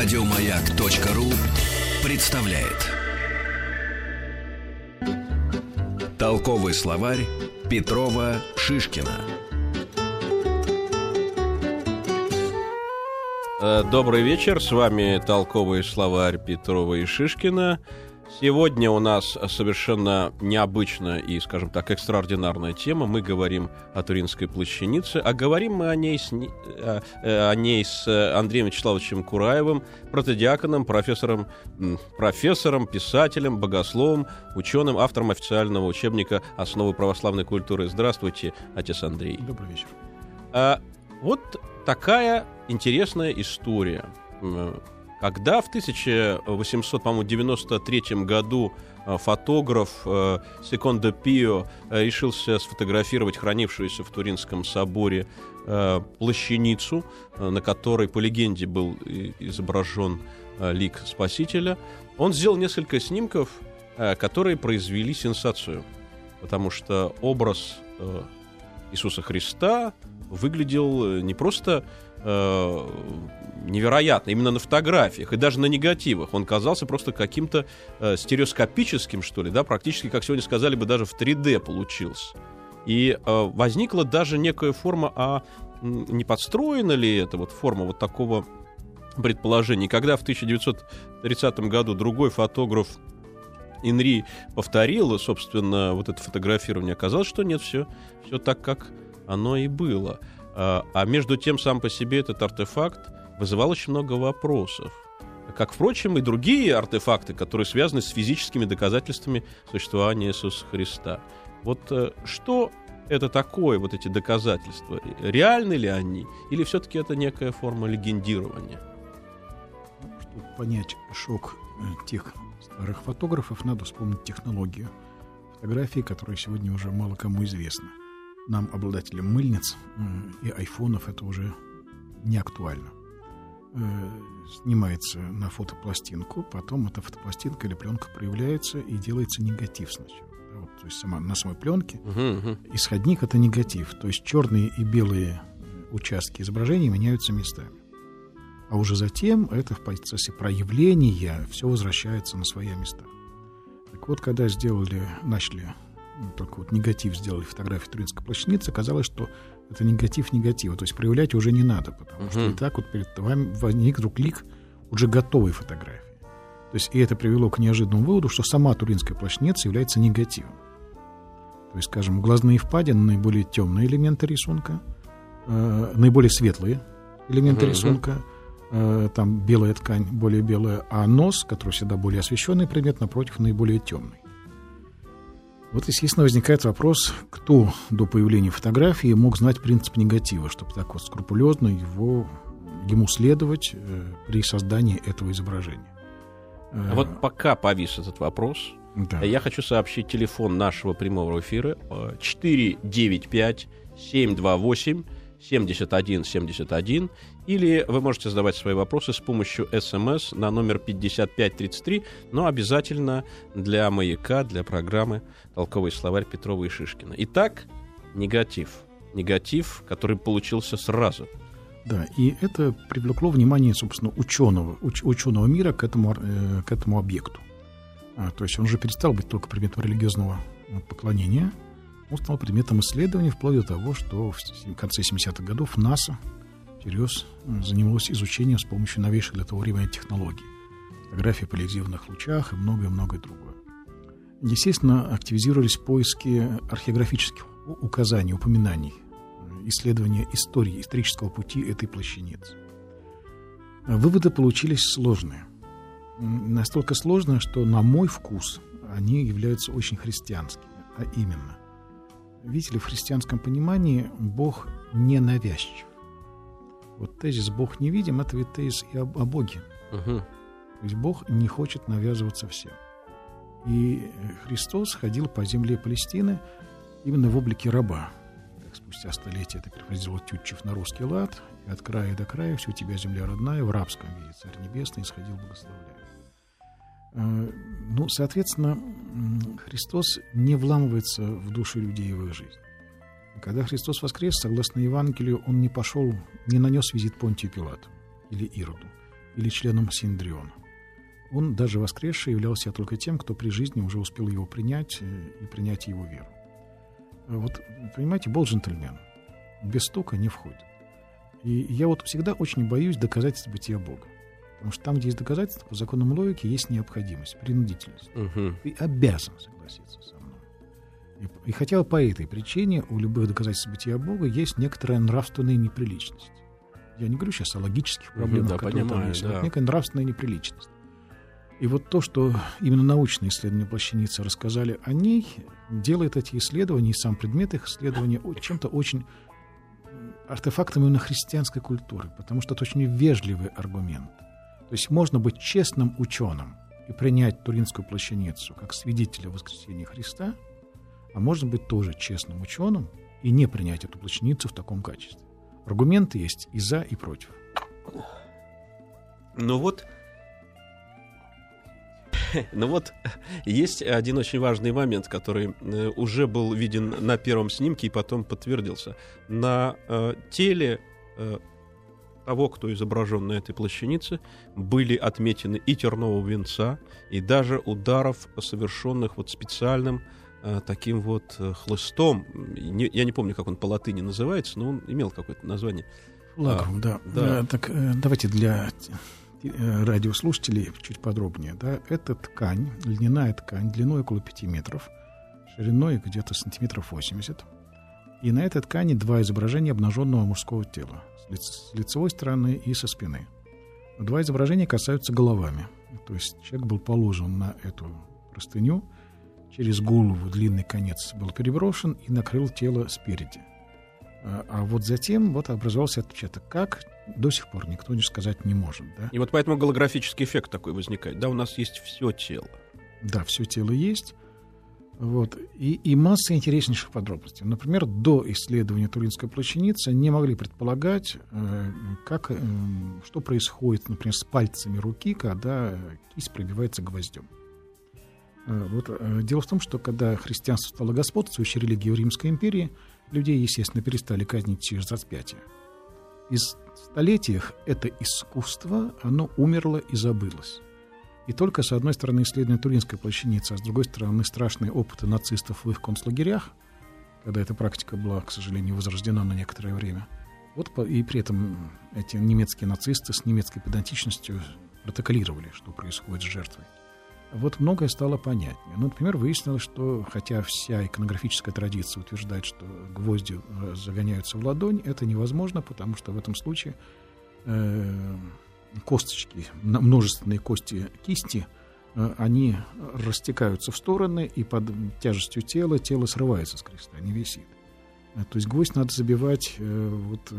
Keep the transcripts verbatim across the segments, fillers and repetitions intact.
Радиомаяк.ру представляет толковый словарь Петрова Шишкина. Добрый вечер, с вами толковый словарь Петрова и Шишкина. Сегодня у нас совершенно необычная и, скажем так, экстраординарная тема. Мы говорим о Туринской плащанице, а говорим мы о ней с, о ней с Андреем Вячеславовичем Кураевым, протодиаконом, профессором, профессором, писателем, богословом, ученым, автором официального учебника «Основы православной культуры». Здравствуйте, отец Андрей. Добрый вечер. А, вот такая интересная история. Когда в тысяча восемьсот девяносто третьем году фотограф Секондо Пио решился сфотографировать хранившуюся в Туринском соборе плащаницу, на которой, по легенде, был изображен лик Спасителя, он сделал несколько снимков, которые произвели сенсацию, потому что образ Иисуса Христа выглядел не просто невероятно, именно на фотографиях и даже на негативах. Он казался просто каким-то э, стереоскопическим, что ли, да, практически, как сегодня сказали бы, даже в три дэ получился. И э, возникла даже некая форма, а не подстроена ли эта вот форма вот такого предположения. И когда в тысяча девятьсот тридцатом году другой фотограф Инри повторил, собственно, вот это фотографирование, оказалось, что нет, все, все так, как оно и было. А, а между тем, сам по себе этот артефакт вызывал очень много вопросов. Как, впрочем, и другие артефакты, которые связаны с физическими доказательствами существования Иисуса Христа. Вот что это такое, вот эти доказательства? Реальны ли они? Или все-таки это некая форма легендирования? Чтобы понять шок тех старых фотографов, надо вспомнить технологию фотографии, которая сегодня уже мало кому известна. Нам, обладателям мыльниц и айфонов, это уже не актуально. Снимается на фотопластинку, потом эта фотопластинка или пленка проявляется и делается негатив сначала. Да, вот, то есть сама, на самой пленке uh-huh, uh-huh. исходник — это негатив, то есть черные и белые участки изображения меняются местами. А уже затем это в процессе проявления все возвращается на свои места. Так вот, когда сделали, начали только вот негатив сделали фотографии Туринской плащаницы, оказалось, что это негатив негатива, то есть проявлять уже не надо, потому uh-huh. что и так вот перед вами возник вдруг лик уже готовой фотографии. То есть и это привело к неожиданному выводу, что сама Туринская плащаница является негативом. То есть, скажем, глазные впадины — наиболее темные элементы рисунка, э, наиболее светлые элементы uh-huh. рисунка, э, там белая ткань более белая, а нос, который всегда более освещенный предмет, напротив, наиболее темный. Вот, естественно, возникает вопрос, кто до появления фотографии мог знать принцип негатива, чтобы так вот скрупулезно его, ему следовать э, при создании этого изображения. А вот пока повис этот вопрос, да. Я хочу сообщить телефон нашего прямого эфира четыре девять пять семь два восемь семьдесят один семьдесят один, или вы можете задавать свои вопросы с помощью СМС на номер пятьдесят пять тридцать три, но обязательно для «Маяка», для программы «Толковый словарь» Петрова и Шишкина. Итак, негатив. Негатив, который получился сразу. Да, и это привлекло внимание, собственно, ученого, уч, ученого мира к этому, э, к этому объекту. А, то есть он уже перестал быть только предметом религиозного поклонения. Он стал предметом исследований вплоть до того, что в конце семидесятых годов НАСА всерьез занималось изучением с помощью новейших для того времени технологий. Фотографии по лазерных лучах и многое-многое другое. Естественно, активизировались поиски археографических указаний, упоминаний, исследования истории, исторического пути этой плащаницы. Выводы получились сложные. Настолько сложные, что, на мой вкус, они являются очень христианскими. А именно, видите ли, в христианском понимании Бог не навязчив. Вот тезис «Бог невидим» — это ведь тезис и о, о Боге. Uh-huh. То есть Бог не хочет навязываться всем. И Христос ходил по земле Палестины именно в облике раба. Так, спустя столетия это переводил Тютчев на русский лад, и от края до края «Все у тебя, земля родная, в рабском виде Царь Небесный исходил благословляя». Ну, соответственно, Христос не вламывается в души людей и в их жизнь. Когда Христос воскрес, согласно Евангелию, он не пошел, не нанес визит Понтию Пилату или Ироду. или членом Синедриона. Он, даже воскресший, являлся только тем, кто при жизни уже успел его принять и принять его веру. Вот, понимаете, Бог джентльмен. Без стука не входит. И я вот всегда очень боюсь доказательств бытия Бога. Потому что там, где есть доказательства, по законам логики есть необходимость, принудительность. Угу. Ты обязан согласиться со мной. И, и хотя бы по этой причине у любых доказательств бытия Бога есть некоторая нравственная неприличность. Я не говорю сейчас о логических проблемах, угу, да, которые понимаю, там есть. Да. Вот некая нравственная неприличность. И вот то, что именно научные исследования плащаницы рассказали о ней, делает эти исследования и сам предмет их исследования чем-то очень артефактом именно христианской культуры, потому что это очень вежливый аргумент. То есть можно быть честным ученым и принять Туринскую плащаницу как свидетеля воскресения Христа, а можно быть тоже честным ученым и не принять эту плащаницу в таком качестве. Аргументы есть и за, и против. Ну вот... Ну вот, есть один очень важный момент, который уже был виден на первом снимке и потом подтвердился. На э, теле э, того, кто изображен на этой плащанице, были отметины и тернового венца, и даже ударов, совершенных вот специальным э, таким вот хлыстом. Не, я не помню, как он по латыни называется, но он имел какое-то название. Лагрум, а, да. да. А, так, давайте для... радиослушателей чуть подробнее. Да? Это ткань, льняная ткань, длиной около пяти метров, шириной где-то сантиметров восемьдесят. И на этой ткани два изображения обнаженного мужского тела с, лиц, с лицевой стороны и со спины. Два изображения касаются головами. То есть человек был положен на эту простыню, через голову длинный конец был переброшен и накрыл тело спереди. А, а вот затем вот образовался отпечаток. Как? До сих пор никто не сказать не может. Да? И вот поэтому голографический эффект такой возникает. Да, у нас есть все тело. Да, все тело есть. Вот. И, и масса интереснейших подробностей. Например, до исследования Туринской плащаницы не могли предполагать, э, как, э, что происходит, например, с пальцами руки, когда кисть пробивается гвоздем. Э, вот, э, дело в том, что когда христианство стало господствующей религией в Римской империи, людей, естественно, перестали казнить через распятие. Из столетиях это искусство, оно умерло и забылось. И только, с одной стороны, исследование Туринской плащаницы, а с другой стороны, страшные опыты нацистов в их концлагерях, когда эта практика была, к сожалению, возрождена на некоторое время. Вот, и при этом эти немецкие нацисты с немецкой педантичностью протоколировали, что происходит с жертвой. Вот многое стало понятнее. Ну, например, выяснилось, что хотя вся иконографическая традиция утверждает, что гвозди загоняются в ладонь, это невозможно, потому что в этом случае э, косточки, множественные кости кисти, э, они растекаются в стороны, и под тяжестью тела тело срывается с креста, не висит. То есть гвоздь надо забивать э, вот,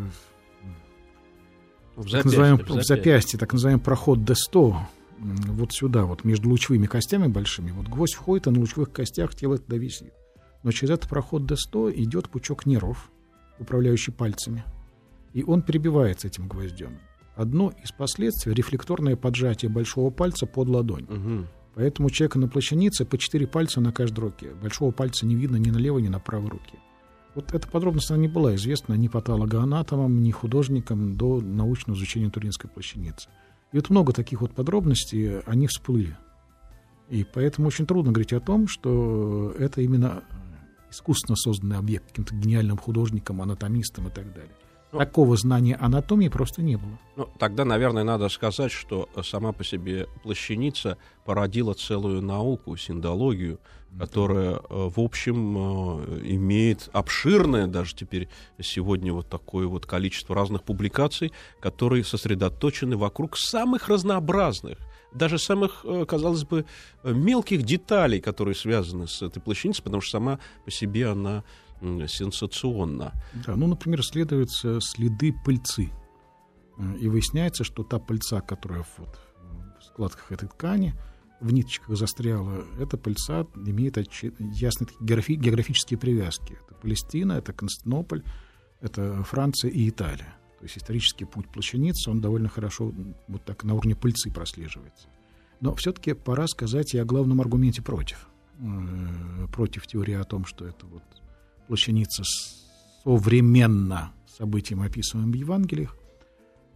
в, так называемый, в, запястье. в запястье, так называемый проход Д сто, вот сюда, вот между лучевыми костями большими, вот гвоздь входит, а на лучевых костях тело туда висит. Но через этот проход Д сто идет пучок нервов, управляющий пальцами, и он перебивается этим гвоздем. Одно из последствий — рефлекторное поджатие большого пальца под ладонь. Угу. Поэтому у человека на плащанице по четыре пальца на каждой руке. Большого пальца не видно ни на левой, ни на правой руке. Вот эта подробность, она не была известна ни патологоанатомам, ни художникам до научного изучения Туринской плащаницы. И вот много таких вот подробностей, они всплыли. И поэтому очень трудно говорить о том, что это именно искусственно созданный объект каким-то гениальным художником, анатомистом и так далее. Ну, такого знания анатомии просто не было. Ну, тогда, наверное, надо сказать, что сама по себе плащаница породила целую науку, синдологию, которая, в общем, имеет обширное даже теперь сегодня вот такое вот количество разных публикаций, которые сосредоточены вокруг самых разнообразных, даже самых, казалось бы, мелких деталей, которые связаны с этой плащаницей, потому что сама по себе она сенсационна. Да, ну, например, исследуются следы пыльцы. И выясняется, что та пыльца, которая вот в складках этой ткани, в ниточках застряла, эта пыльца имеет ясные географические привязки. Это Палестина, это Константинополь, это Франция и Италия. То есть исторический путь плащаницы, он довольно хорошо вот так на уровне пыльцы прослеживается. Но все-таки пора сказать и о главном аргументе против. Против теории о том, что это вот плащаница современно событиям, описываемым в Евангелиях.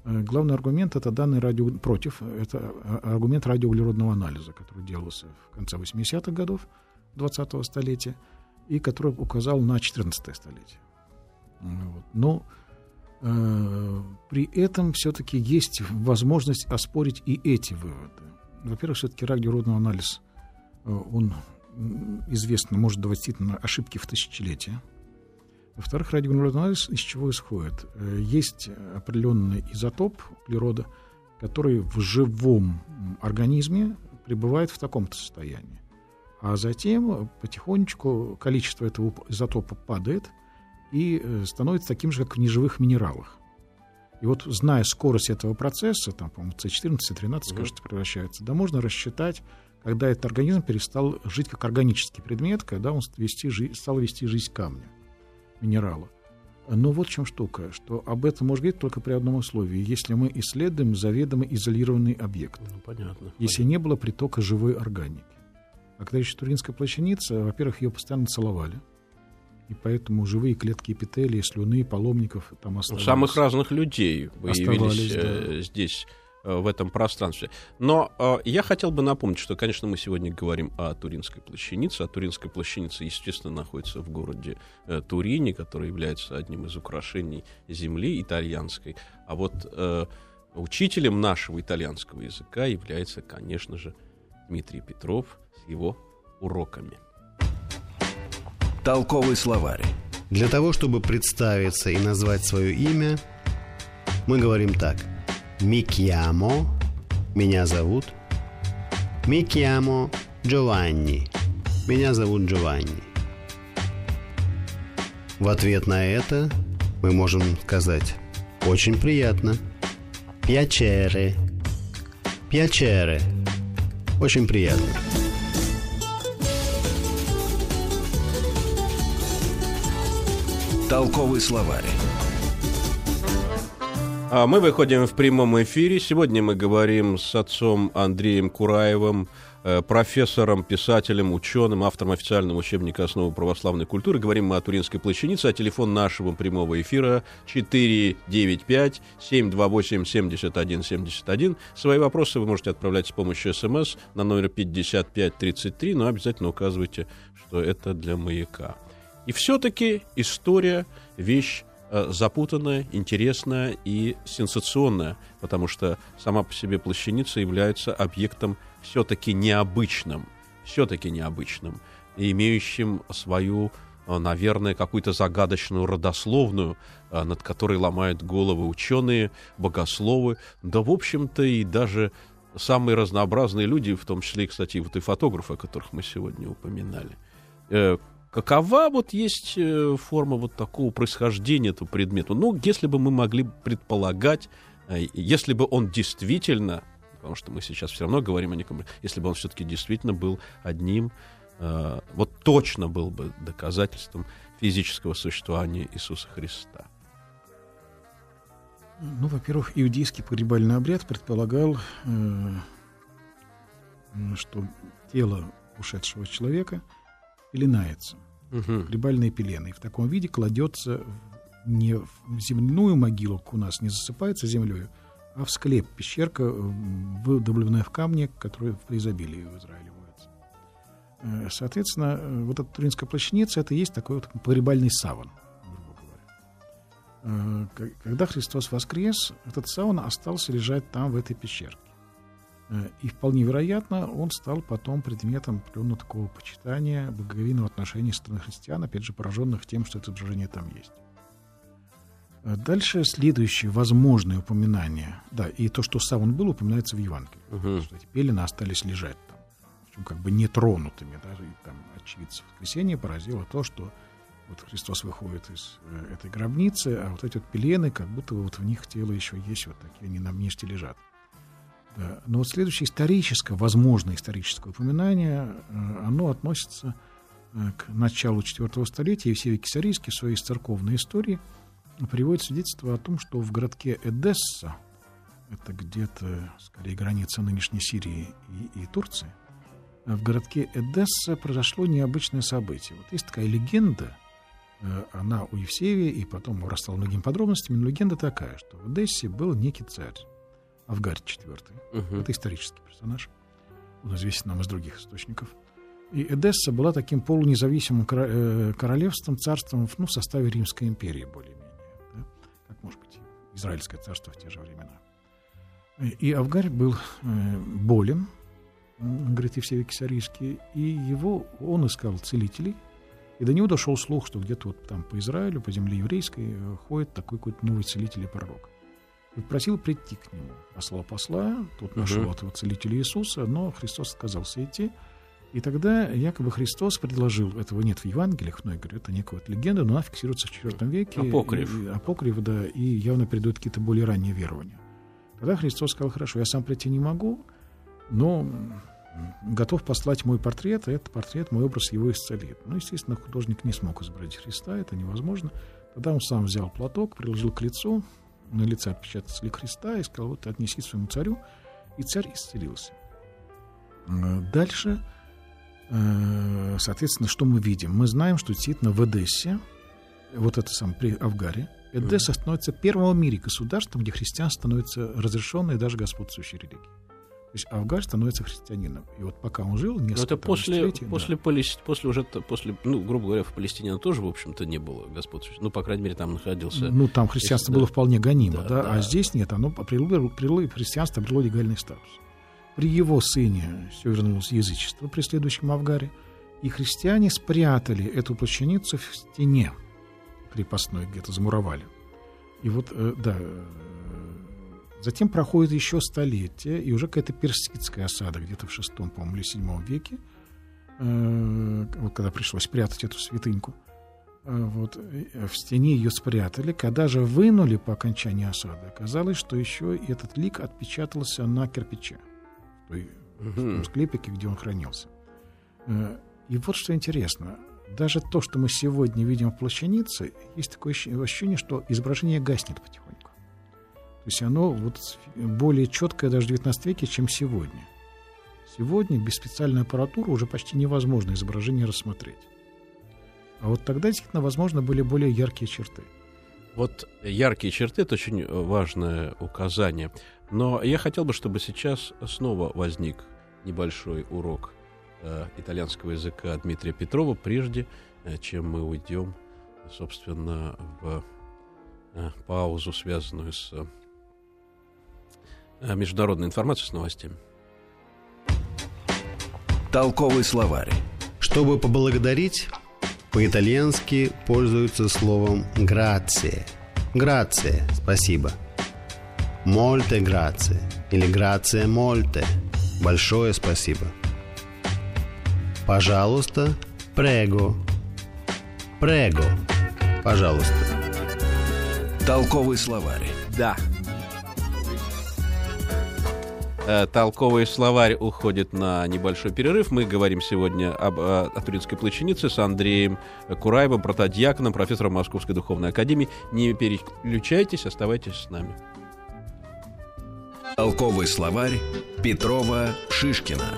Главный аргумент — это данные радио... против, это аргумент радиоуглеродного анализа, который делался в конце восьмидесятых годов двадцатого столетия и который указал на четырнадцатое столетие. Вот. Но э, при этом все-таки есть возможность оспорить и эти выводы. Во-первых, все-таки радиоуглеродный анализ, он известно, может доводить на ошибки в тысячелетия. Во-вторых, радиоуглеродный анализ из чего исходит? Есть определенный изотоп углерода, который в живом организме пребывает в таком-то состоянии. А затем потихонечку количество этого изотопа падает и становится таким же, как в неживых минералах. И вот, зная скорость этого процесса, там, по-моему, С четырнадцать, С тринадцать, угу. кажется, превращается, да, можно рассчитать, когда этот организм перестал жить как органический предмет, когда он вести жи- стал вести жизнь камня, минерала. Но вот в чем штука, что об этом можно говорить только при одном условии, если мы исследуем заведомо изолированный объект. Ну, понятно. Если понятно. не было притока живой органики. А когда еще Туринская плащаница, во-первых, ее постоянно целовали. И поэтому живые клетки эпителия, слюны, паломников там оставались. Самых разных людей появились э, да. здесь, э, в этом пространстве. Но э, я хотел бы напомнить, что, конечно, мы сегодня говорим о Туринской плащанице. А Туринская плащаница, естественно, находится в городе э, Турине, который является одним из украшений земли итальянской. А вот э, учителем нашего итальянского языка является, конечно же, Дмитрий Петров с его уроками. Толковый словарь. Для того, чтобы представиться и назвать свое имя, мы говорим так. «Mi chiamo» – «Меня зовут». «Mi chiamo Giovanni» – «Меня зовут Джованни». В ответ на это мы можем сказать «Очень приятно». «Piacere». «Piacere». Очень приятно. Толковый словарь. А мы выходим в прямом эфире. Сегодня мы говорим с отцом Андреем Кураевым, профессором, писателем, ученым, автором официального учебника «Основы православной культуры». Говорим мы о Туринской плащанице, а телефон нашего прямого эфира четыре девять пять семь два восемь семь один семь один. Свои вопросы вы можете отправлять с помощью СМС на номер пятьдесят пять тридцать три, но обязательно указывайте, что это для «Маяка». И все-таки история — вещь э, запутанная, интересная и сенсационная, потому что сама по себе плащаница является объектом все-таки необычным, все-таки необычным, и имеющим свою, э, наверное, какую-то загадочную родословную, э, над которой ломают головы ученые, богословы, да, в общем-то, и даже самые разнообразные люди, в том числе, кстати, вот и фотографы, о которых мы сегодня упоминали. Э, Какова вот есть форма вот такого происхождения этого предмета? Ну, если бы мы могли предполагать, если бы он действительно, потому что мы сейчас все равно говорим о неком, если бы он все-таки действительно был одним, вот точно был бы доказательством физического существования Иисуса Христа. Ну, во-первых, иудейский погребальный обряд предполагал, что тело ушедшего человека пеленается. Угу. Погребальные пелены. И в таком виде кладется не в земляную могилу, у нас не засыпается землей, а в склеп, пещерка, выдолбленная в камне, которая в изобилии в Израиле водится. Соответственно, вот эта Туринская плащаница — это есть такой вот погребальный саван, грубо говоря. Когда Христос воскрес, этот саван остался лежать там, в этой пещерке. И вполне вероятно, он стал потом предметом определенного такого почитания, благоговейного отношения со стороны христиан, опять же, пораженных тем, что это изображение там есть. Дальше следующее возможное упоминание. Да, и то, что сам он был, упоминается в Евангелии. Uh-huh. Что эти пелены остались лежать там, причем как бы нетронутыми. Даже и там очевидцев воскресения поразило то, что вот Христос выходит из э, этой гробницы, а вот эти вот пелены, как будто вот в них тело еще есть, вот такие, они на месте лежат. Да. Но вот следующее историческое, возможное историческое упоминание, оно относится к началу четвёртого столетия. Евсевий Кесарийский в своей церковной истории приводит свидетельство о том, что в городке Эдесса, это где-то, скорее, граница нынешней Сирии и, и Турции, в городке Эдесса произошло необычное событие. Вот есть такая легенда, Она у Евсевия, и потом вырастала многими подробностями. Но легенда такая, что в Эдессе был некий царь, Авгарь четвёртый. Uh-huh. Это исторический персонаж. Он известен нам из других источников. И Эдесса была таким полунезависимым королевством, царством, ну, в составе Римской империи более-менее. Да? Как, может быть, Израильское царство в те же времена. И Авгарь был болен, говорит Евсевий Кесарийский, и его, он искал целителей, и до него дошел слух, что где-то вот там по Израилю, по земле еврейской ходит такой какой-то новый целитель и пророк. И просил прийти к нему. Послал посла, тот нашел uh-huh. этого целителя Иисуса, но Христос отказался идти. И тогда якобы Христос предложил, этого нет в Евангелиях, но я говорю, это некая вот легенда, но она фиксируется в четвёртом веке. Апокриф. И, апокриф, да, и явно передают какие-то более ранние верования. Тогда Христос сказал: хорошо, я сам прийти не могу, но готов послать мой портрет, и этот портрет, мой образ его исцелит. Ну, естественно, художник не смог изобразить Христа, это невозможно. Тогда он сам взял платок, приложил к лицу, на лице отпечатался лик Христа и сказал: вот отнеси своему царю, и царь исцелился. Дальше, соответственно, что мы видим? Мы знаем, что действительно в Эдессе, вот это сам при Авгаре, Эдесса mm-hmm. становится первым в мире государством, где христианство становится разрешенной и даже господствующей религией. То есть Авгарь становится христианином. И вот пока он жил, несколько это после, после, да. Палест... после уже, после, ну, грубо говоря, в Палестине оно тоже, в общем-то, не было господствующим. Ну, по крайней мере, там находился... Ну, там христианство Если... было вполне гонимо, да, да, да. а здесь нет, оно прило, прило, христианство обрело легальный статус. При его сыне все вернулось в язычество, при следующем Авгаре, и христиане спрятали эту плащаницу в стене крепостной, где-то замуровали. И вот, да... Затем проходит еще столетие, и уже какая-то персидская осада где-то в шестом, по-моему, или седьмом веке, э, вот когда пришлось прятать эту святыньку, э, вот, в стене ее спрятали. Когда же вынули по окончании осады, оказалось, что еще и этот лик отпечатался на кирпиче, в, той, uh-huh. в том склепике, где он хранился. Э, и вот что интересно, даже то, что мы сегодня видим в плащанице, есть такое ощущение, что изображение гаснет потихоньку. То есть оно вот более четкое даже в девятнадцатом веке, чем сегодня. Сегодня без специальной аппаратуры уже почти невозможно изображение рассмотреть. А вот тогда действительно, возможно, были более яркие черты. Вот яркие черты — это очень важное указание. Но я хотел бы, чтобы сейчас снова возник небольшой урок э, итальянского языка Дмитрия Петрова, прежде э, чем мы уйдем, собственно, в э, паузу, связанную с международной информацией, с новостями. Толковый словарь. Чтобы поблагодарить, по-итальянски пользуются словом «grazie». «Grazie» — «спасибо». «Molte grazie» или «grazie molte» — «большое спасибо». «Пожалуйста» — «prego». «Prego» — «пожалуйста». Толковый словарь. Да. Толковый словарь уходит на небольшой перерыв. Мы говорим сегодня об, о, о туринской плащанице с Андреем Кураевым, протодиаконом, профессором Московской духовной академии. Не переключайтесь, оставайтесь с нами. Толковый словарь Петрова Шишкина.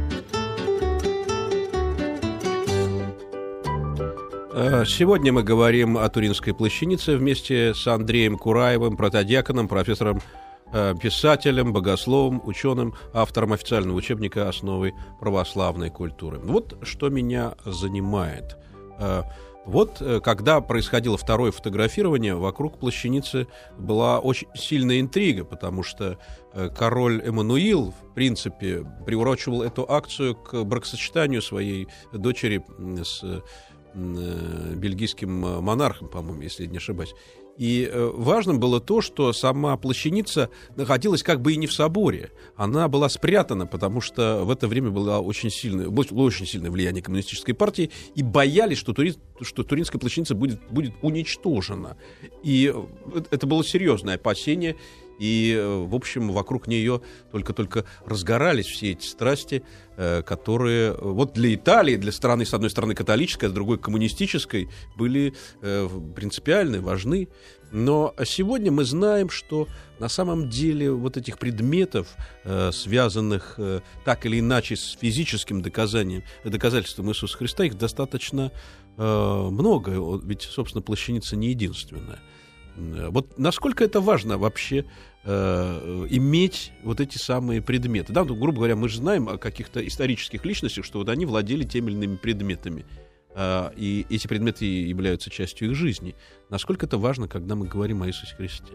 Сегодня мы говорим о туринской плащанице вместе с Андреем Кураевым, протодиаконом, профессором, писателем, богословом, ученым, автором официального учебника «Основы православной культуры». Вот что меня занимает. Вот когда происходило второе фотографирование, вокруг плащаницы была очень сильная интрига, потому что король Эммануил, в принципе, приурочивал эту акцию к бракосочетанию своей дочери с бельгийским монархом, по-моему, если не ошибаюсь. И важным было то, что сама плащаница находилась как бы и не в соборе. Она была спрятана, потому что в это время было очень сильное, было очень сильное влияние коммунистической партии, и боялись, что, тури, что туринская плащаница будет, будет уничтожена. И это было серьезное опасение. И, в общем, вокруг нее только-только разгорались все эти страсти, которые вот для Италии, для страны, с одной стороны, католической, а с другой коммунистической, были принципиальны, важны. Но сегодня мы знаем, что на самом деле вот этих предметов, связанных так или иначе с физическим доказанием, доказательством Иисуса Христа, их достаточно э, много, ведь, собственно, плащаница не единственная. Вот насколько это важно вообще э, иметь вот эти самые предметы? Да, ну, грубо говоря, мы же знаем о каких-то исторических личностях, что вот они владели теми или иными предметами, э, и эти предметы являются частью их жизни. Насколько это важно, когда мы говорим о Иисусе Христе?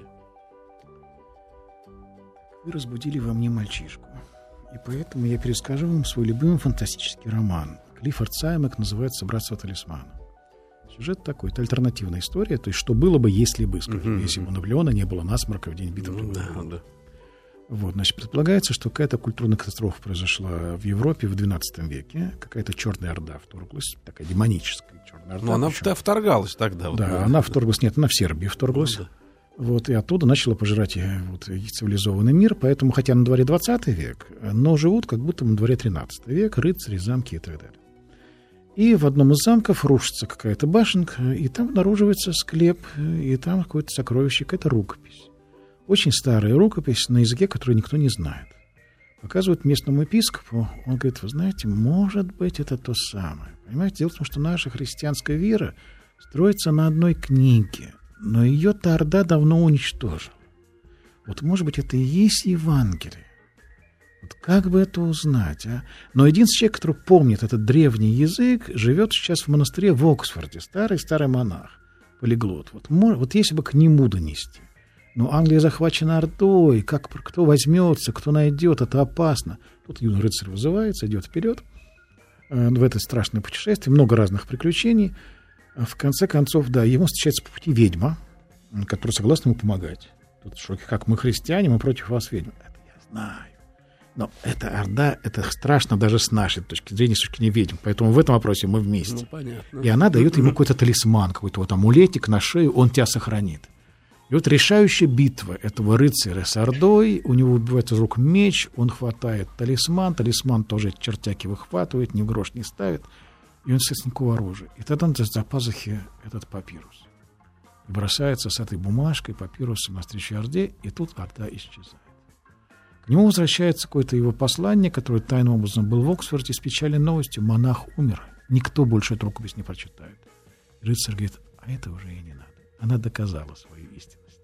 Вы разбудили во мне мальчишку, и поэтому я перескажу вам свой любимый фантастический роман. Клиффорд Саймак, называется «Братство талисмана». Сюжет такой, это альтернативная история, то есть что было бы, если бы, скажем, uh-huh. если бы у Наполеона не было насморка в день битвы. Ну, да, да. Вот, значит, предполагается, что какая-то культурная катастрофа произошла в Европе в двенадцатом веке, какая-то черная орда вторглась, такая демоническая черная орда. Но она причем... вторгалась тогда. Вот, да, да, она вторглась, нет, она в Сербии вторглась. Ну, да. Вот, и оттуда начала пожирать вот, цивилизованный мир, поэтому, хотя на дворе двадцатый век, но живут как будто на дворе тринадцатый век, рыцари, замки и так далее. И в одном из замков рушится какая-то башенка, и там обнаруживается склеп, и там какое-то сокровище, какая-то рукопись. Очень старая рукопись на языке, который никто не знает. Показывают местному епископу, он говорит, вы знаете, может быть, это то самое. Понимаете, дело в том, что наша христианская вера строится на одной книге, но ее-то орда давно уничтожила. Вот, может быть, это и есть Евангелие. Вот как бы это узнать, а? Но единственный человек, который помнит этот древний язык, живет сейчас в монастыре в Оксфорде. Старый-старый монах, полиглот. Вот, вот если бы к нему донести. Но Англия захвачена ордой. Как, кто возьмется, кто найдет, это опасно. Тут юный рыцарь вызывается, идет вперед э, в это страшное путешествие. Много разных приключений. В конце концов, да, ему встречается по пути ведьма, которая согласна ему помогать. Тут что, как мы христиане, мы против вас ведьм. Это я знаю. Но эта орда, это страшно даже с нашей точки зрения, с точки зрения ведьм. Поэтому в этом вопросе мы вместе. Ну, понятно. И она дает ему какой-то талисман, какой-то вот амулетик на шею, он тебя сохранит. И вот решающая битва этого рыцаря с ордой, у него выбивает из рук меч, он хватает талисман, талисман тоже чертяки выхватывает, ни в грош не ставит, и он с никакого оружия. И тогда он за пазухи этот папирус. И бросается с этой бумажкой, папирусом навстречу орде, и тут орда исчезает. К нему возвращается какой-то его посланник, который тайным образом был в Оксфорде, с печальной новостью: монах умер, никто больше эту рукопись не прочитает. И рыцарь говорит, а это уже и не надо. Она доказала свою истинность.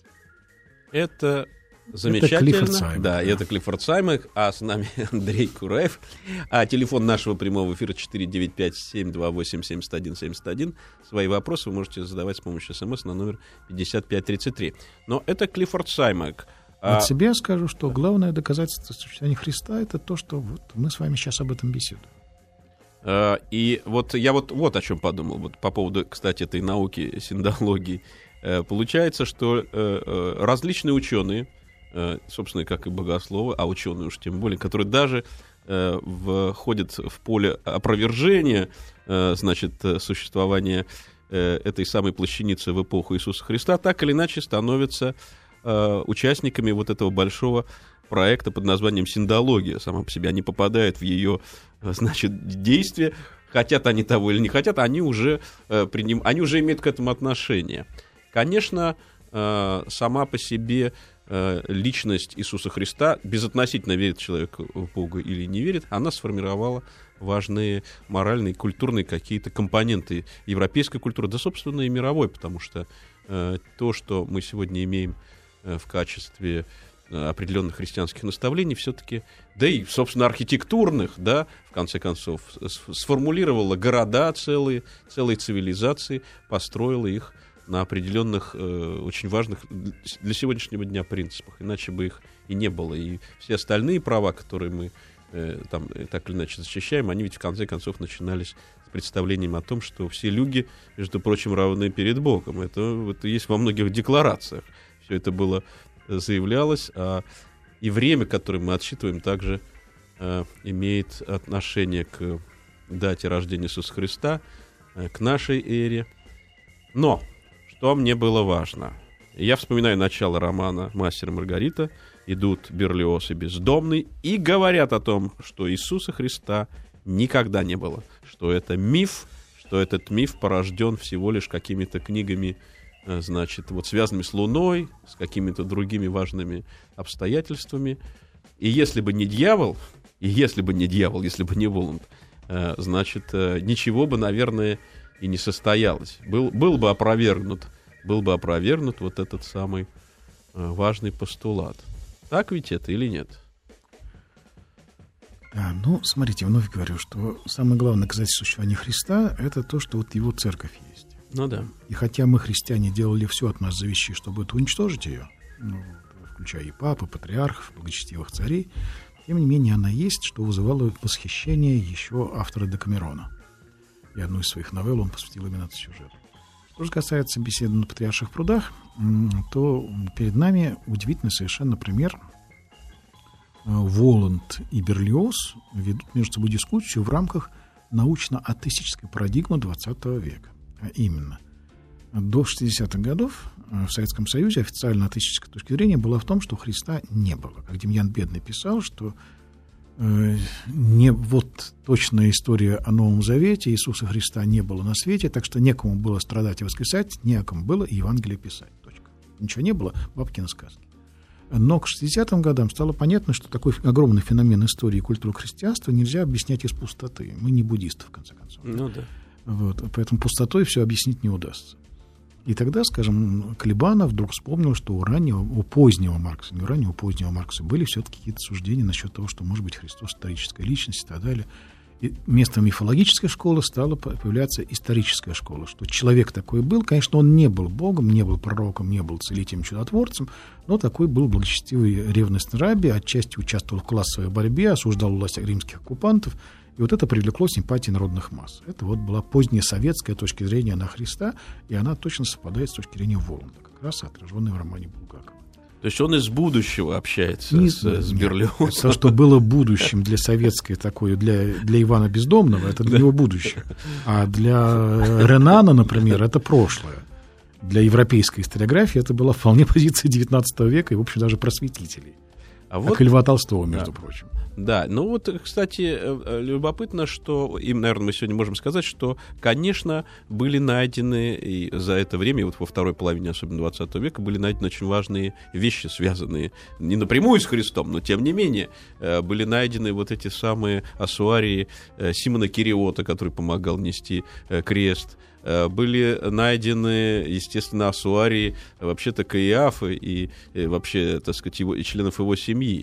Это замечательно. Это Клиффорд Саймак. Да, да, это Клиффорд Саймак, а с нами Андрей Кураев. А телефон нашего прямого эфира четыре девять пять семь два восемь семь один семь один. Свои вопросы вы можете задавать с помощью смс на номер пятьдесят пять тридцать три. Но это Клиффорд Саймак. От себя скажу, что главное доказательство существования Христа — это то, что вот мы с вами сейчас об этом беседуем. И вот я вот, вот о чем подумал, вот по поводу, кстати, этой науки, синдологии. Получается, что различные ученые, собственно, как и богословы, а ученые уж тем более, которые даже входят в поле опровержения, значит, существования этой самой плащаницы в эпоху Иисуса Христа, так или иначе становятся участниками вот этого большого проекта под названием синдология. Сама по себе они попадают в ее, значит, действие. Хотят они того или не хотят, они уже, приним... они уже имеют к этому отношение. Конечно, сама по себе личность Иисуса Христа, безотносительно верит человек в Бога или не верит, она сформировала важные моральные, культурные какие-то компоненты европейской культуры, да, собственно, и мировой, потому что то, что мы сегодня имеем в качестве определенных христианских наставлений, все-таки, да и, собственно, архитектурных, да, в конце концов, сформулировала города целые, целые цивилизации, построила их на определенных, э, очень важных для сегодняшнего дня принципах, иначе бы их и не было. И все остальные права, которые мы э, там, так или иначе защищаем, они ведь в конце концов начинались с представлением о том, что все люди, между прочим, равны перед Богом. Это, это есть во многих декларациях. Все это было заявлялось, а и время, которое мы отсчитываем, также э, имеет отношение к дате рождения Иисуса Христа, э, к нашей эре. Но что мне было важно? Я вспоминаю начало романа «Мастер и Маргарита». Идут Берлиоз и Бездомный и говорят о том, что Иисуса Христа никогда не было, что это миф, что этот миф порожден всего лишь какими-то книгами, значит, вот связанными с Луной, с какими-то другими важными обстоятельствами. И если бы не дьявол, и если бы не дьявол, если бы не Воланд, значит, ничего бы, наверное, и не состоялось. Был, был бы опровергнут, был бы опровергнут вот этот самый э, важный постулат. Так ведь это или нет? А, ну, смотрите, вновь говорю, что самое главное доказательство существования Христа — это то, что вот его церковь есть. Ну да. И хотя мы, христиане, делали все от нас зависящее, чтобы это уничтожить ее, ну, включая и папы, патриархов, благочестивых царей, тем не менее она есть, что вызывало восхищение еще автора Декамерона. И одну из своих новелл он посвятил именно этому сюжету. Что же касается беседы на Патриарших прудах, то перед нами удивительный совершенно пример. Воланд и Берлиоз ведут между собой дискуссию в рамках научно-атеистической парадигмы двадцатого века. А именно, до шестидесятых годов в Советском Союзе официально атеистическая точка зрения была в том, что Христа не было. Как Демьян Бедный писал, что э, не, вот точная история о Новом Завете, Иисуса Христа не было на свете, так что некому было страдать и воскресать, некому было и Евангелие писать. Точка. Ничего не было, бабкины сказки. Но к шестидесятым годам стало понятно, что такой огромный феномен истории и культуры христианства нельзя объяснять из пустоты. Мы не буддисты, в конце концов. Ну да. Вот, поэтому пустотой все объяснить не удастся. И тогда, скажем, Колебанов вдруг вспомнил, что у раннего, у позднего Маркса, не у раннего, у позднего Маркса были все-таки какие-то суждения насчет того, что, может быть, Христос историческая личность и так далее. И вместо мифологической школы стала появляться историческая школа, что человек такой был. Конечно, он не был Богом, не был пророком, не был целителем, чудотворцем, но такой был благочестивый ревностный раби, отчасти участвовал в классовой борьбе, осуждал власть римских оккупантов. И вот это привлекло симпатии народных масс. Это вот была поздняя советская точка зрения на Христа, и она точно совпадает с точки зрения Воланда, как раз отраженной в романе Булгакова. То есть он из будущего общается не, с, с Берлиозом. То, что было будущим для советской такой, для, для Ивана Бездомного, это для него будущее. А для Ренана, например, это прошлое. Для европейской историографии это была вполне позиция девятнадцатого века и, в общем, даже просветителей. А вот, как и Льва Толстого, между да. прочим. Да, ну вот, кстати, любопытно, что, им, наверное, мы сегодня можем сказать, что, конечно, были найдены и за это время, и вот во второй половине, особенно двадцатого века, были найдены очень важные вещи, связанные не напрямую с Христом, но, тем не менее, были найдены вот эти самые ассуарии Симона Кириота, который помогал нести крест. Были найдены, естественно, ассуарии вообще-то Каиафы и, и вообще, так сказать, его, и членов его семьи.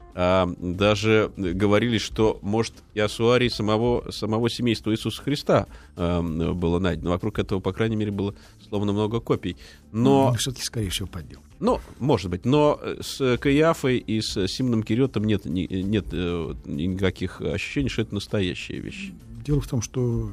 А даже говорили, что, может, и ассуарий самого, самого семейства Иисуса Христа а, было найдено. Вокруг этого, по крайней мере, было словно много копий. Но... Ну, все-таки, скорее всего, поддел. Ну, может быть, но с Каиафой и с Симоном Кириотом нет, нет никаких ощущений, что это настоящие вещи. Дело в том, что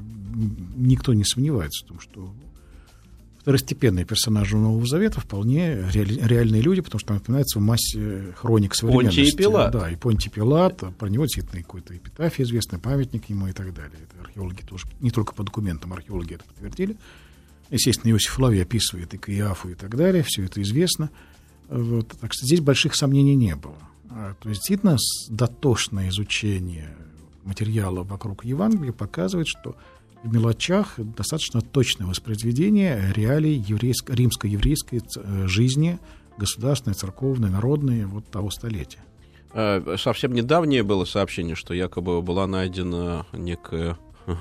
никто не сомневается в том, что второстепенные персонажи Нового Завета вполне реаль, реальные люди, потому что напоминается в массе хроник современности. Понтий Пилат. Да, и Понтий Пилат, про него действительно какой-то эпитафия известный, памятник ему и так далее. Это археологи тоже, не только по документам, археологи это подтвердили. Естественно, Иосиф Флавий описывает и Каиафу и так далее, все это известно. Вот. Так что здесь больших сомнений не было. А, то есть, действительно, дотошное изучение материала вокруг Евангелия показывает, что в мелочах достаточно точное воспроизведение реалий еврейско- римско-еврейской жизни, государственной, церковной, народной вот того столетия. Совсем недавнее было сообщение, что якобы была найдена некая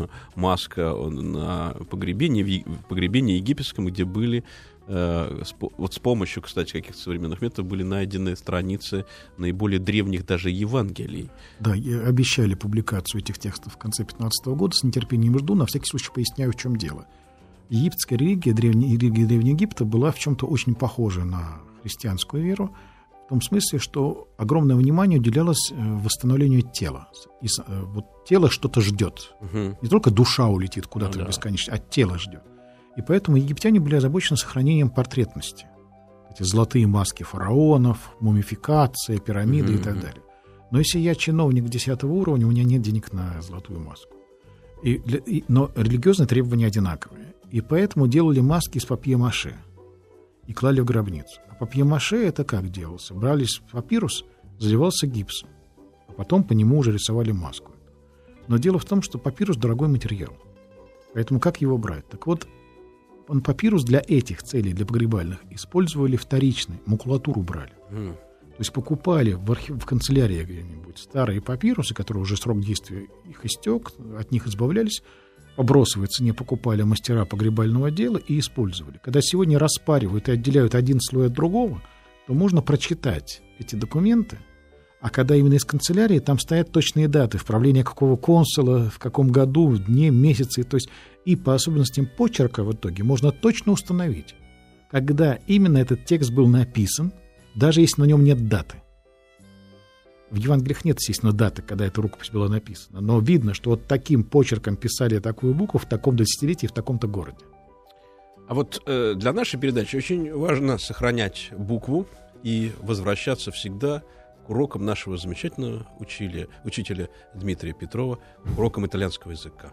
маска на погребении, в погребении египетском, где были вот с помощью, кстати, каких-то современных методов были найдены страницы наиболее древних даже Евангелий. Да, обещали публикацию этих текстов в конце пятнадцатого года, с нетерпением жду, на всякий случай поясняю, в чем дело. Египетская религия, древняя религия Древнего Египта была в чем-то очень похожа на христианскую веру, в том смысле, что огромное внимание уделялось восстановлению тела. И, вот тело что-то ждет. Угу. Не только душа улетит куда-то ну, в бесконечность, да. а тело ждет. И поэтому египтяне были озабочены сохранением портретности. Эти золотые маски фараонов, мумификация, пирамиды mm-hmm. и так далее. Но если я чиновник десятого уровня, у меня нет денег на золотую маску. И для, и, но религиозные требования одинаковые. И поэтому делали маски из папье-маше и клали в гробницу. А папье-маше это как делался? Брались папирус, заливался гипсом, а потом по нему уже рисовали маску. Но дело в том, что папирус дорогой материал. Поэтому как его брать? Так вот, он папирус для этих целей, для погребальных, использовали вторичный, макулатуру брали. Mm. То есть покупали в, архив, в канцелярии где-нибудь старые папирусы, которые уже срок действия их истек, от них избавлялись, по бросовой цене покупали мастера погребального дела и использовали. Когда сегодня распаривают и отделяют один слой от другого, то можно прочитать эти документы, а когда именно из канцелярии, там стоят точные даты, в правлении какого консула, в каком году, в дне, месяце, то есть и по особенностям почерка в итоге можно точно установить, когда именно этот текст был написан, даже если на нем нет даты. В Евангелиях нет, естественно, даты, когда эта рукопись была написана, но видно, что вот таким почерком писали такую букву в таком десятилетии в таком-то городе. А вот э, для нашей передачи очень важно сохранять букву и возвращаться всегда к урокам нашего замечательного учителя, учителя Дмитрия Петрова, урокам итальянского языка.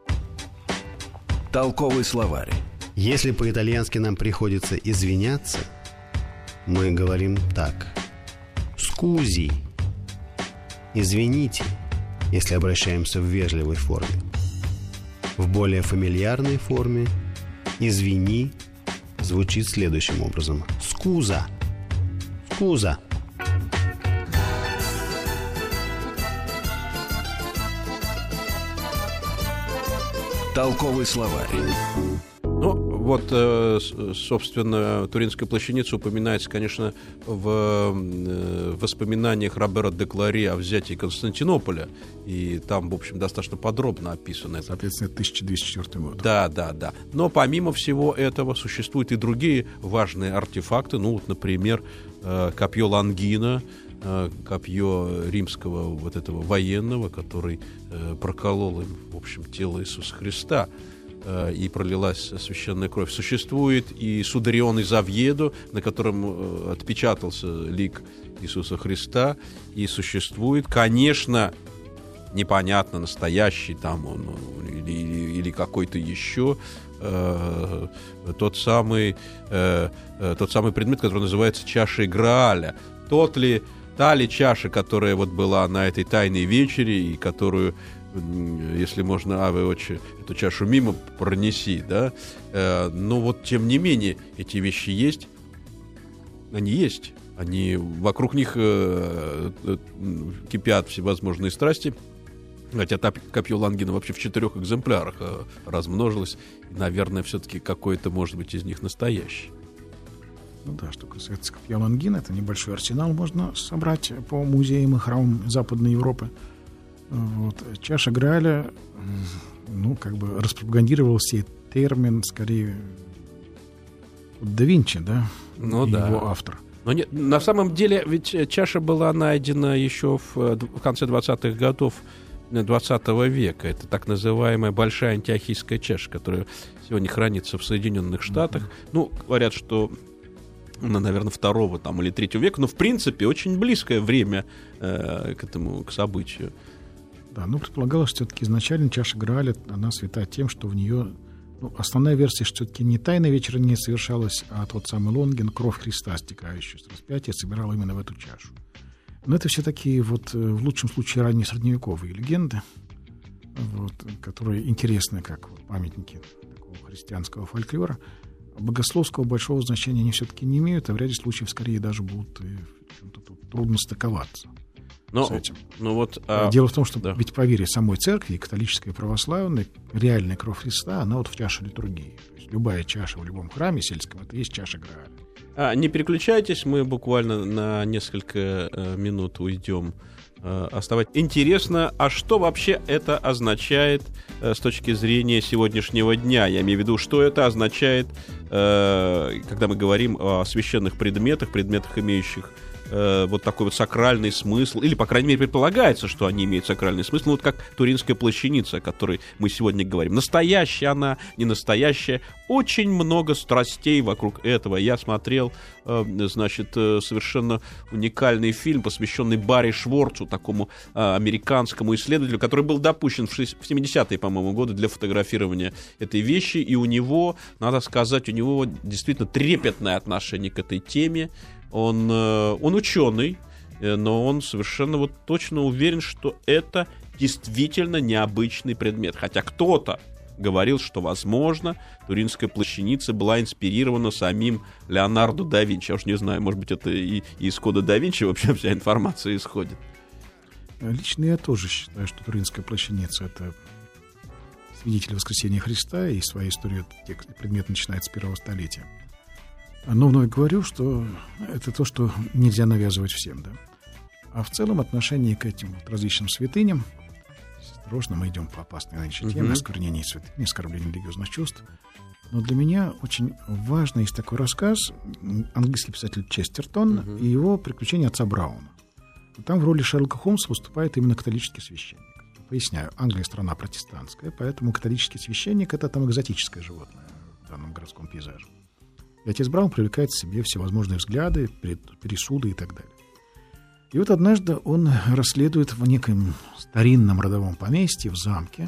Толковый словарь. Если по-итальянски нам приходится извиняться, мы говорим так. «Скузи». «Извините», если обращаемся в вежливой форме. В более фамильярной форме «извини» звучит следующим образом. «Скуза». «Скуза». Толковый словарь. Ну, вот, э, собственно, Туринская плащаница упоминается, конечно, в э, воспоминаниях Робера де Клари о взятии Константинополя, и там, в общем, достаточно подробно описано это. Соответственно, тысяча двести четвёртый год. Да, да, да. Но помимо всего этого существуют и другие важные артефакты, ну, вот, например, э, копье Лонгино, э, копье римского вот этого военного, который э, проколол им, в общем, тело Иисуса Христа, и пролилась священная кровь. Существует и Сударион из Овьедо, на котором отпечатался лик Иисуса Христа, и существует, конечно, непонятно, настоящий там он или, или, или какой-то еще э, тот самый э, тот самый предмет, который называется чашей Грааля. Тот ли, та ли чаша, которая вот была на этой тайной вечере, и которую, если можно, Аве Отче, эту чашу мимо пронеси, да, э, но вот тем не менее эти вещи есть, они есть, они, вокруг них э, э, кипят всевозможные страсти, хотя копье Лонгино вообще в четырех экземплярах э, размножилось, и, наверное, все-таки какой-то, может быть, из них настоящий. Ну да, что касается копья Лонгино, это небольшой арсенал можно собрать по музеям и храмам Западной Европы. Вот. Чаша Грааля, ну, как бы распропагандировал сей термин, скорее, да Винчи, да, ну, и да. его автор. Но нет, на самом деле, ведь чаша была найдена еще в, в конце двадцатых годов двадцатого века. Это так называемая большая антиохийская чаша, которая сегодня хранится в Соединенных Штатах. Mm-hmm. Ну, говорят, что она, наверное, второго там, или третьего века, но, в принципе, очень близкое время э, к этому, к событию. Да, ну, предполагалось, что все-таки изначально чаша Грааля, она свята тем, что в нее, ну, основная версия, что все-таки не тайная вечера не совершалась, а тот самый Лонгин, кровь Христа, стекающая с распятия, собирала именно в эту чашу. Но это все такие вот, в лучшем случае, ранние средневековые легенды, вот, которые интересны как вот, памятники такого христианского фольклора. Богословского большого значения они все-таки не имеют, а в ряде случаев скорее даже будут в чем-то тут трудно стыковаться. Но, с этим. Ну вот, а... Дело в том, что да. ведь по вере самой церкви, католической и православной, реальная кровь Христа, она вот в чаше литургии. То есть любая чаша в любом храме сельском, это есть чаша Грааля. А, не переключайтесь, мы буквально на несколько э, минут уйдем. Э, оставать. Интересно, а что вообще это означает э, с точки зрения сегодняшнего дня? Я имею в виду, что это означает, э, когда мы говорим о священных предметах, предметах, имеющих вот такой вот сакральный смысл, или, по крайней мере, предполагается, что они имеют сакральный смысл, ну, вот как Туринская плащаница, о которой мы сегодня говорим. Настоящая она, не настоящая. Очень много страстей вокруг этого. Я смотрел, значит, совершенно уникальный фильм, посвященный Барри Шворцу, такому американскому исследователю, который был допущен в семидесятые, по-моему, годы для фотографирования этой вещи, и у него, надо сказать, у него действительно трепетное отношение к этой теме. Он, он ученый, но он совершенно вот точно уверен, что это действительно необычный предмет. Хотя кто-то говорил, что, возможно, Туринская плащаница была инспирирована самим Леонардо да Винчи. Я уж не знаю, может быть, это и, и из кода да Винчи вообще вся информация исходит. Лично я тоже считаю, что Туринская плащаница — это свидетели воскресения Христа, и своя история, текст, предмет начинается с первого столетия. Но вновь говорю, что это то, что нельзя навязывать всем, да. А в целом отношение к этим вот различным святыням, осторожно, мы идем по опасной нынче теме, осквернение святыни, оскорбление религиозных чувств. Но для меня очень важно, есть такой рассказ, английский писатель Честертон uh-huh. и его «Приключения отца Брауна». Там в роли Шерлока Холмса выступает именно католический священник. Поясняю, Англия страна протестантская, поэтому католический священник — это там экзотическое животное в данном городском пейзаже. И отец Браун привлекает к себе всевозможные взгляды, пересуды и так далее. И вот однажды он расследует в неком старинном родовом поместье, в замке,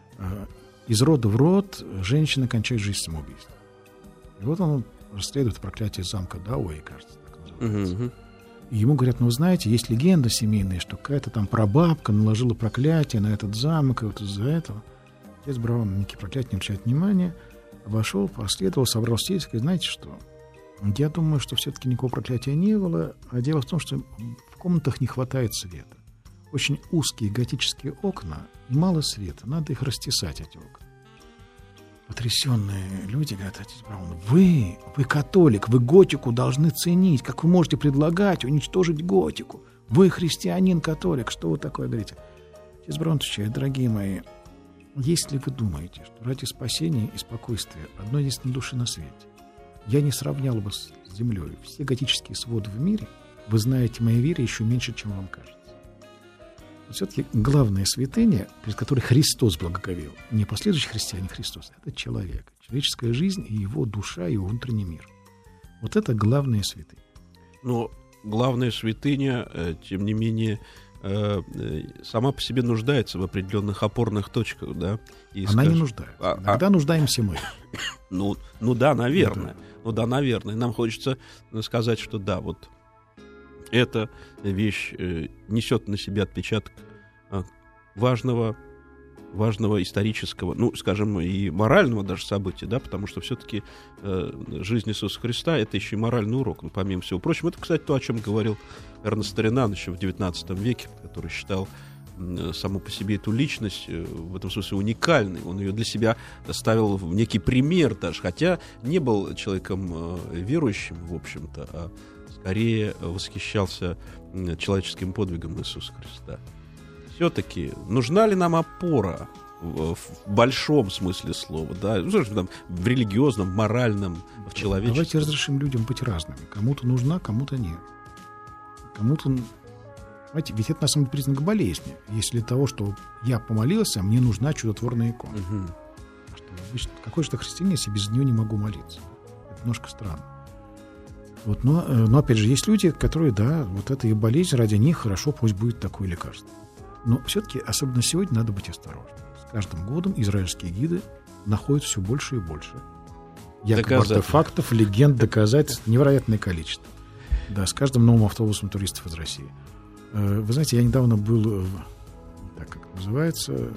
из рода в род женщина кончает жизнь самоубийством. И вот он расследует проклятие замка Дауэй, кажется, так называется. Uh-huh. И ему говорят, ну, вы знаете, есть легенда семейная, что какая-то там прабабка наложила проклятие на этот замок, и вот из-за этого отец Браун на некие проклятия не обращает внимания, обошел, проследовал, собрал сеть, и знаете что? Я думаю, что все-таки никакого проклятия не было, а дело в том, что в комнатах не хватает света. Очень узкие готические окна и мало света. Надо их растесать, эти окна. Потрясенные люди говорят, отец Браун, вы, вы католик, вы готику должны ценить. Как вы можете предлагать уничтожить готику? Вы христианин-католик, что вы такое говорите? Отец Браун отвечает, дорогие мои, если вы думаете, что ради спасения и спокойствия одной единственной души на свете я не сравнял бы с землей все готические своды в мире, вы знаете моей вере еще меньше, чем вам кажется. Но все-таки главная святыня, перед которой Христос благоговел, не последующий христианин Христос, это человек, человеческая жизнь и его душа, и его внутренний мир. Вот это главная святыня. Но главная святыня, тем не менее, сама по себе нуждается в определенных опорных точках, да? И, Она скажем, не нуждается. А, Иногда а... нуждаемся мы. Ну, ну да, наверное. Ну да, наверное. Нам хочется сказать, что да, вот эта вещь э, несет на себе отпечаток э, важного, важного исторического, ну, скажем, и морального даже события, да, потому что все-таки э, жизнь Иисуса Христа — это еще и моральный урок, ну, помимо всего прочего. Это, кстати, то, о чем говорил Эрнест Ренан еще в девятнадцатом веке, который считал э, саму по себе эту личность э, в этом смысле уникальной. Он ее для себя ставил в некий пример даже, хотя не был человеком э, верующим, в общем-то, а скорее восхищался человеческим подвигом Иисуса Христа. Все-таки нужна ли нам опора в, в большом смысле слова, да, ну, там, в религиозном, моральном, в человеческом? Давайте разрешим людям быть разными. Кому-то нужна, кому-то нет. Кому-то... Знаете, ведь это на самом деле признак болезни. Если для того, что я помолился, мне нужна чудотворная икона. Угу. А что, обычно, какой же это христианин, если без нее не могу молиться? Это немножко странно. Вот, но, но, опять же, есть люди, которые, да, вот это их болезнь, ради них хорошо, пусть будет такое лекарство. Но все-таки, особенно сегодня, надо быть осторожным. С каждым годом израильские гиды находят все больше и больше якобы артефактов, легенд, доказательств, невероятное количество. Да, с каждым новым автобусом туристов из России. Вы знаете, я недавно был, так как это называется,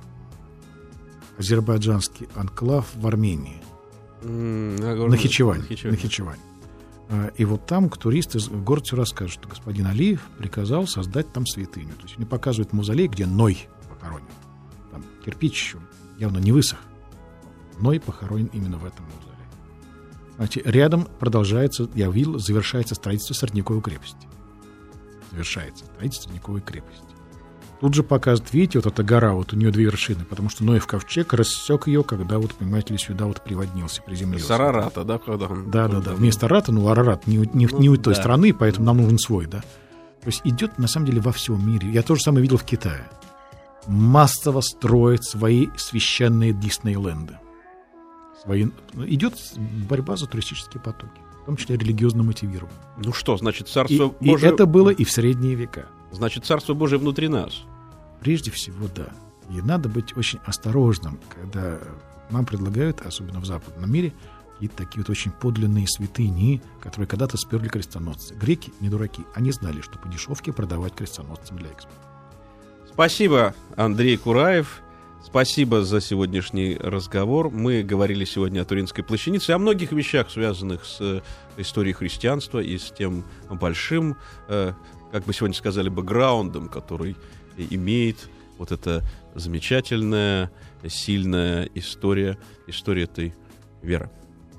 азербайджанский анклав в Армении. Mm, Нахичевань. Нахичевань. И вот там туристы в городе все расскажут, что господин Алиев приказал создать там святыню. То есть они показывают мавзолей, где Ной похоронен. Там кирпич явно не высох. Ной похоронен именно в этом мавзолее. Знаете, рядом продолжается, я видел, завершается строительство Средневековой крепости. Завершается строительство Средневековой крепости. Тут же показывают, видите, вот эта гора, вот у нее две вершины, потому что Ноев ковчег рассек ее, когда вот, понимаете ли, сюда вот приводнился, приземлился. С Арарата, да? Когда он... Да, да, да. Вместо Арарата, ну, Арарат не, не, ну, не у той да. страны, поэтому нам нужен свой, да. То есть идет, на самом деле, во всем мире. Я то же самое видел в Китае. Массово строят свои священные Диснейленды. Свои... Идет борьба за туристические потоки, в том числе религиозно мотивированные. Ну что, значит, Царство и, Божие... И это было и в средние века. Значит, Царство Божие внутри нас. Прежде всего, да. И надо быть очень осторожным, когда нам предлагают, особенно в западном мире, какие-то такие вот очень подлинные святыни, которые когда-то сперли крестоносцы. Греки не дураки. Они знали, что по дешевке продавать крестоносцам для экспорта. Спасибо, Андрей Кураев. Спасибо за сегодняшний разговор. Мы говорили сегодня о Туринской плащанице, о многих вещах, связанных с историей христианства и с тем большим, как бы сегодня сказали, бэкграундом, который имеет вот эта замечательная, сильная история, история этой веры.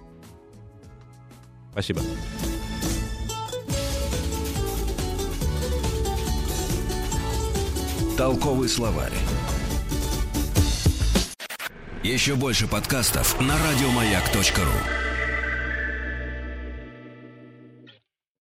Спасибо. Толковый словарь. Еще больше подкастов на радиомаяк точка ру.